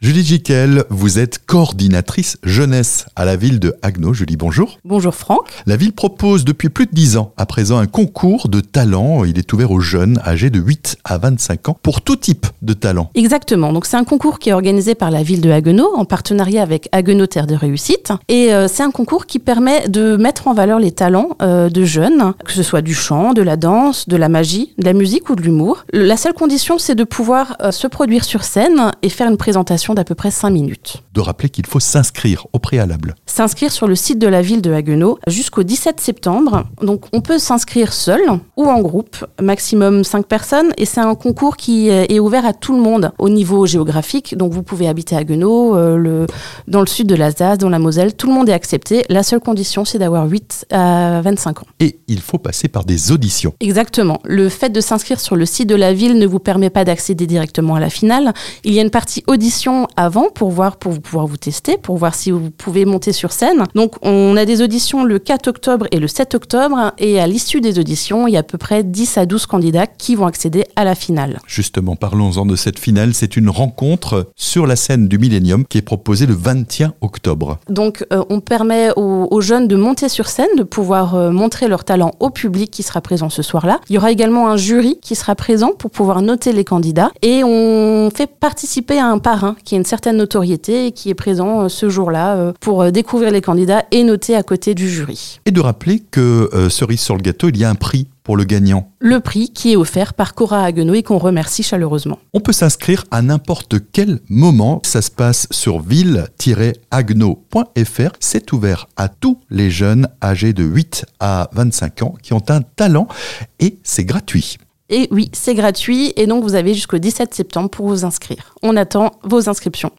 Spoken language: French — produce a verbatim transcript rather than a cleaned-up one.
Julie Jiquel, vous êtes coordinatrice jeunesse à la ville de Haguenau. Julie, bonjour. Bonjour Franck. La ville propose depuis plus de dix ans à présent un concours de talent. Il est ouvert aux jeunes âgés de huit à vingt-cinq ans pour tout type de talent. Exactement. Donc c'est un concours qui est organisé par la ville de Haguenau en partenariat avec Haguenau Terre de Réussite. Et euh, c'est un concours qui permet de mettre en valeur les talents euh, de jeunes, que ce soit du chant, de la danse, de la magie, de la musique ou de l'humour. La seule condition, c'est de pouvoir euh, se produire sur scène et faire une présentation d'à peu près cinq minutes. De rappeler qu'il faut s'inscrire au préalable. S'inscrire sur le site de la ville de Haguenau jusqu'au dix-sept septembre. Donc on peut s'inscrire seul ou en groupe, maximum cinq personnes. Et c'est un concours qui est ouvert à tout le monde au niveau géographique. Donc vous pouvez habiter à Haguenau, euh, le, dans le sud de l'Alsace, dans la Moselle. Tout le monde est accepté. La seule condition, c'est d'avoir huit à vingt-cinq ans. Et il faut passer par des auditions. Exactement. Le fait de s'inscrire sur le site de la ville ne vous permet pas d'accéder directement à la finale. Il y a une partie audition avant pour voir, pour pouvoir vous tester, pour voir si vous pouvez monter sur scène. Donc on a des auditions le quatre octobre et le sept octobre et à l'issue des auditions, il y a à peu près dix à douze candidats qui vont accéder à la finale. Justement, parlons-en de cette finale. C'est une rencontre sur la scène du Millennium qui est proposée le vingt et un octobre. Donc euh, on permet aux, aux jeunes de monter sur scène, de pouvoir euh, montrer leur talent au public qui sera présent ce soir-là. Il y aura également un jury qui sera présent pour pouvoir noter les candidats et on fait participer à un parrain qui a une certaine notoriété et qui est présent euh, ce jour-là euh, pour euh, découvrir les candidats et noter à côté du jury. Et de rappeler que, euh, cerise sur le gâteau, il y a un prix pour le gagnant. Le prix qui est offert par Cora Haguenau et qu'on remercie chaleureusement. On peut s'inscrire à n'importe quel moment. Ça se passe sur ville tiret haguenau point f r. C'est ouvert à tous les jeunes âgés de huit à vingt-cinq ans qui ont un talent et c'est gratuit. Et oui, c'est gratuit et donc vous avez jusqu'au dix-sept septembre pour vous inscrire. On attend vos inscriptions.